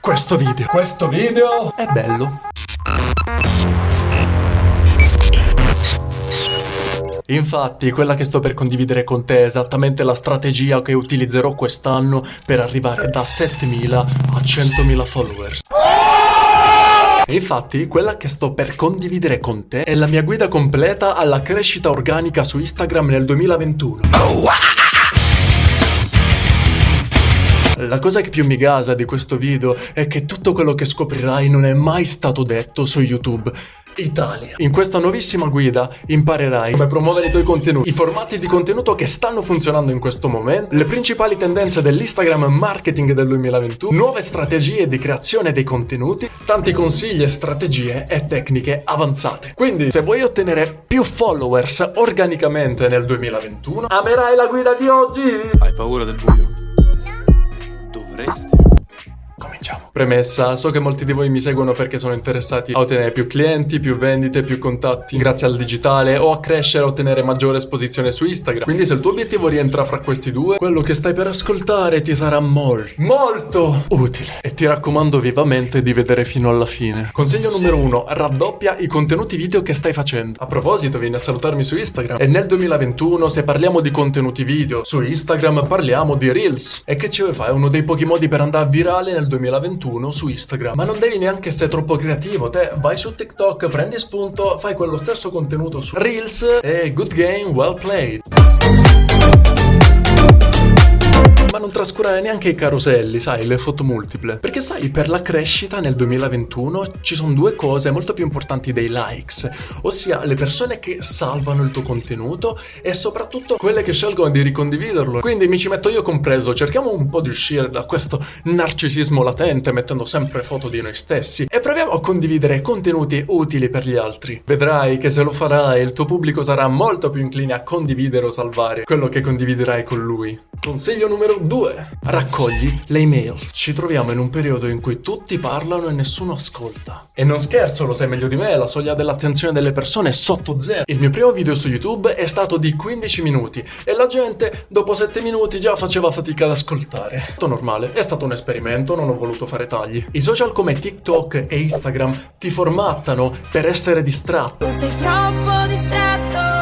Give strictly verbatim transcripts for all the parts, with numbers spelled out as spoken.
questo video. Questo video è bello. Infatti, quella che sto per condividere con te è esattamente la strategia che utilizzerò quest'anno per arrivare da settemila a centomila followers. Infatti, quella che sto per condividere con te è la mia guida completa alla crescita organica su Instagram nel duemilaventuno. La cosa che più mi gasa di questo video è che tutto quello che scoprirai non è mai stato detto su YouTube Italia. In questa nuovissima guida imparerai come promuovere i tuoi contenuti, i formati di contenuto che stanno funzionando in questo momento, le principali tendenze dell'Instagram marketing del duemilaventuno, nuove strategie di creazione dei contenuti, tanti consigli e strategie e tecniche avanzate. Quindi, se vuoi ottenere più followers organicamente nel duemilaventuno, amerai la guida di oggi! Hai paura del buio? Dovresti. Cominciamo. Premessa, so che molti di voi mi seguono perché sono interessati a ottenere più clienti, più vendite, più contatti grazie al digitale o a crescere e ottenere maggiore esposizione su Instagram. Quindi se il tuo obiettivo rientra fra questi due, quello che stai per ascoltare ti sarà molto, molto utile. E ti raccomando vivamente di vedere fino alla fine. Consiglio numero uno, raddoppia i contenuti video che stai facendo. A proposito, vieni a salutarmi su Instagram. E nel duemilaventuno, se parliamo di contenuti video su Instagram, parliamo di Reels. E che ci vuoi fare? È uno dei pochi modi per andare virale nel duemilaventuno su Instagram. Ma non devi neanche essere troppo creativo. Te vai su TikTok, prendi spunto, fai quello stesso contenuto su Reels e good game, well played. Ma non trascurare neanche i caroselli, sai, le foto multiple. Perché sai, per la crescita nel duemilaventuno ci sono due cose molto più importanti dei likes, ossia le persone che salvano il tuo contenuto e soprattutto quelle che scelgono di ricondividerlo. Quindi mi ci metto io compreso, cerchiamo un po' di uscire da questo narcisismo latente mettendo sempre foto di noi stessi e proviamo a condividere contenuti utili per gli altri. Vedrai che se lo farai il tuo pubblico sarà molto più incline a condividere o salvare quello che condividerai con lui. Consiglio numero due. Raccogli le emails. Ci troviamo in un periodo in cui tutti parlano e nessuno ascolta. E non scherzo, lo sai meglio di me, la soglia dell'attenzione delle persone è sotto zero. Il mio primo video su YouTube è stato di quindici minuti e la gente dopo sette minuti già faceva fatica ad ascoltare. Tutto normale, è stato un esperimento, non ho voluto fare tagli. I social come TikTok e Instagram ti formattano per essere distratto. Sei troppo distratto.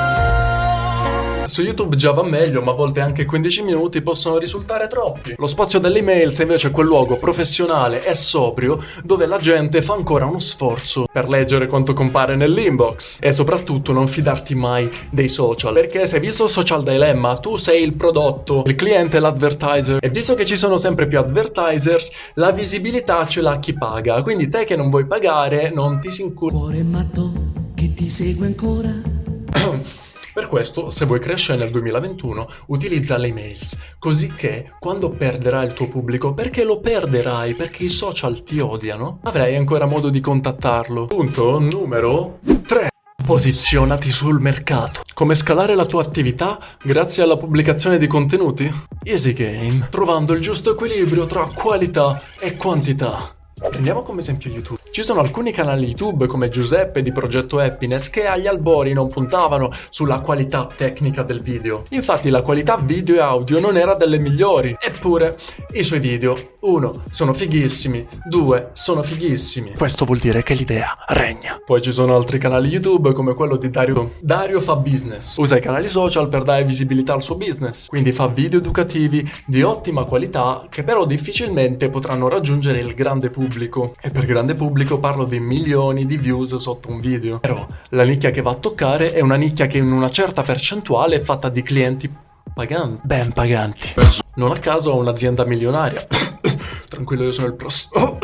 Su YouTube già va meglio, ma a volte anche quindici minuti possono risultare troppi. Lo spazio delle email è invece quel luogo professionale e sobrio dove la gente fa ancora uno sforzo per leggere quanto compare nell'inbox. E soprattutto non fidarti mai dei social, perché se hai visto Social Dilemma, tu sei il prodotto, il cliente è l'advertiser, e visto che ci sono sempre più advertisers, la visibilità ce l'ha chi paga. Quindi te che non vuoi pagare, non ti si incur... Cuore matto che ti segue ancora. Per questo, se vuoi crescere nel duemilaventuno, utilizza le emails, così che quando perderai il tuo pubblico, perché lo perderai, perché i social ti odiano, avrai ancora modo di contattarlo. Punto numero tre. Posizionati sul mercato. Come scalare la tua attività grazie alla pubblicazione di contenuti? Easy game, trovando il giusto equilibrio tra qualità e quantità. Prendiamo come esempio YouTube. Ci sono alcuni canali YouTube come Giuseppe di Progetto Happiness che agli albori non puntavano sulla qualità tecnica del video. Infatti la qualità video e audio non era delle migliori. Eppure i suoi video, uno, sono fighissimi, due, sono fighissimi. Questo vuol dire che l'idea regna. Poi ci sono altri canali YouTube come quello di Dario. Dario fa business. Usa i canali social per dare visibilità al suo business. Quindi fa video educativi di ottima qualità che però difficilmente potranno raggiungere il grande pubblico. E per grande pubblico parlo di milioni di views sotto un video. Però la nicchia che va a toccare è una nicchia che in una certa percentuale è fatta di clienti paganti, ben paganti. Non a caso ho un'azienda milionaria. Tranquillo, io sono il prossimo.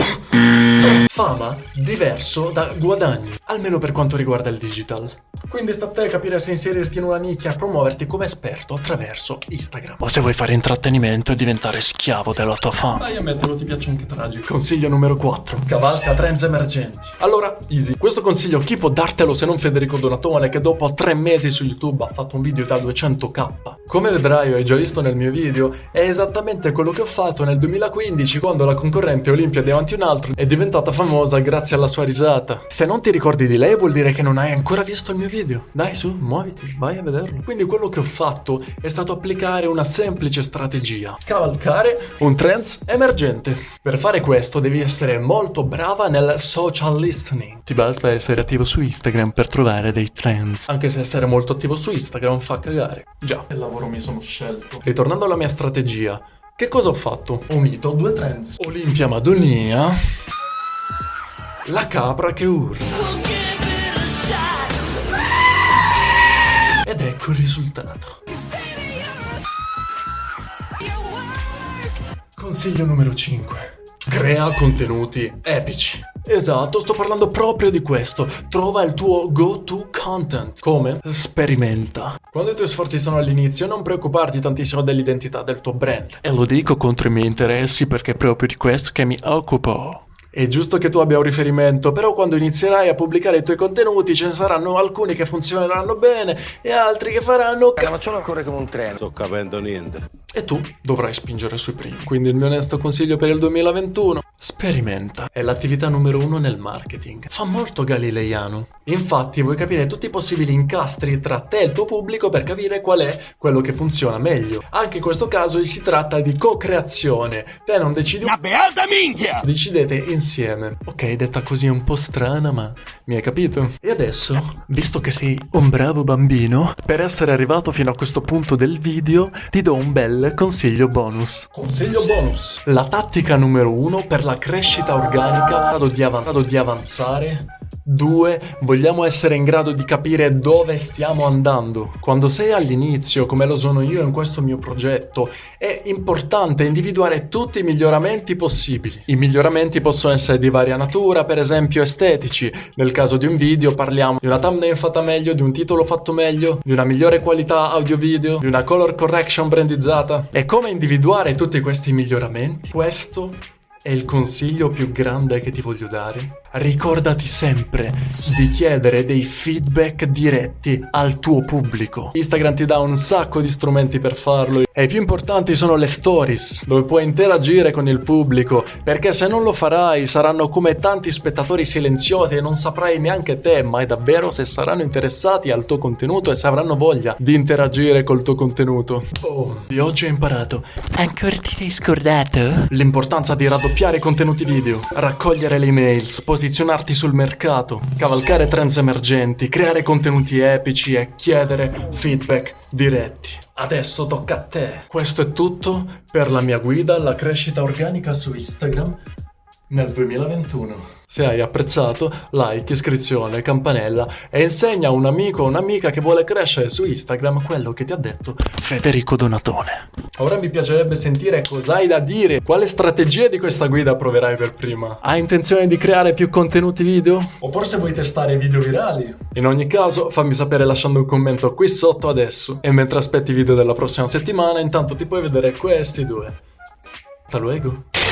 Fama diverso da guadagni, almeno per quanto riguarda il digital. Quindi sta a te capire se inserirti in una nicchia e promuoverti come esperto attraverso Instagram. O se vuoi fare intrattenimento e diventare schiavo della tua fama. Dai, ammettilo, ti piace anche tragico. Consiglio numero quattro. Cavalca trends emergenti. Allora, easy. Questo consiglio chi può dartelo se non Federico Donatone, che dopo tre mesi su YouTube ha fatto un video da duecento k. Come vedrai o hai già visto nel mio video, è esattamente quello che ho fatto nel duemilaquindici quando la concorrente Olimpia davanti un altro è diventata fan famosa grazie alla sua risata. Se non ti ricordi di lei vuol dire che non hai ancora visto il mio video. Dai su, muoviti, vai a vederlo. Quindi quello che ho fatto è stato applicare una semplice strategia: cavalcare un trend emergente. Per fare questo devi essere molto brava nel social listening. Ti basta essere attivo su Instagram per trovare dei trends. Anche se essere molto attivo su Instagram fa cagare. Già, che lavoro mi sono scelto. Ritornando alla mia strategia, che cosa ho fatto? Ho unito due trends: Olimpia Madonia, la capra che urla. Ed ecco il risultato. Consiglio numero cinque. Crea contenuti epici. Esatto, sto parlando proprio di questo. Trova il tuo go-to content. Come? Sperimenta. Quando i tuoi sforzi sono all'inizio, non preoccuparti tantissimo dell'identità del tuo brand. E lo dico contro i miei interessi perché è proprio di questo che mi occupo. È giusto che tu abbia un riferimento, però quando inizierai a pubblicare i tuoi contenuti ce ne saranno alcuni che funzioneranno bene e altri che faranno La nocciola corre come un treno. Sto capendo niente. E tu dovrai spingere sui primi. Quindi il mio onesto consiglio per il duemilaventuno: sperimenta. È l'attività numero uno nel marketing. Fa molto galileiano. Infatti vuoi capire tutti i possibili incastri tra te e il tuo pubblico per capire qual è quello che funziona meglio. Anche in questo caso si tratta di co-creazione. Te non decidi Una beata minchia! Decidete insieme. Ok, detta così è un po' strana, ma mi hai capito? E adesso, visto che sei un bravo bambino, per essere arrivato fino a questo punto del video, ti do un bel consiglio bonus. Consiglio bonus. La tattica numero uno per la crescita organica, grado di, avan- grado di avanzare. Due, vogliamo essere in grado di capire dove stiamo andando. Quando sei all'inizio, come lo sono io in questo mio progetto, è importante individuare tutti i miglioramenti possibili. I miglioramenti possono essere di varia natura, per esempio estetici. Nel caso di un video parliamo di una thumbnail fatta meglio, di un titolo fatto meglio, di una migliore qualità audio-video, di una color correction brandizzata. E come individuare tutti questi miglioramenti? Questo è il consiglio più grande che ti voglio dare. Ricordati sempre di chiedere dei feedback diretti al tuo pubblico. Instagram ti dà un sacco di strumenti per farlo e i più importanti sono le stories, dove puoi interagire con il pubblico, perché se non lo farai saranno come tanti spettatori silenziosi e non saprai neanche te mai davvero se saranno interessati al tuo contenuto e se avranno voglia di interagire col tuo contenuto. Oh, di oggi ho imparato. Ancora ti sei scordato? L'importanza di raddoppiare i contenuti video, raccogliere le emails, posizionarti sul mercato, cavalcare trends emergenti, creare contenuti epici e chiedere feedback diretti. Adesso tocca a te. Questo è tutto per la mia guida alla crescita organica su Instagram nel duemilaventuno. Se hai apprezzato, like, iscrizione, campanella e insegna a un amico o un'amica che vuole crescere su Instagram quello che ti ha detto Federico Donatone. Ora mi piacerebbe sentire cosa hai da dire, quale strategia di questa guida proverai per prima. Hai intenzione di creare più contenuti video? O forse vuoi testare video virali? In ogni caso fammi sapere lasciando un commento qui sotto adesso. E mentre aspetti i video della prossima settimana, intanto ti puoi vedere questi due. Hasta luego.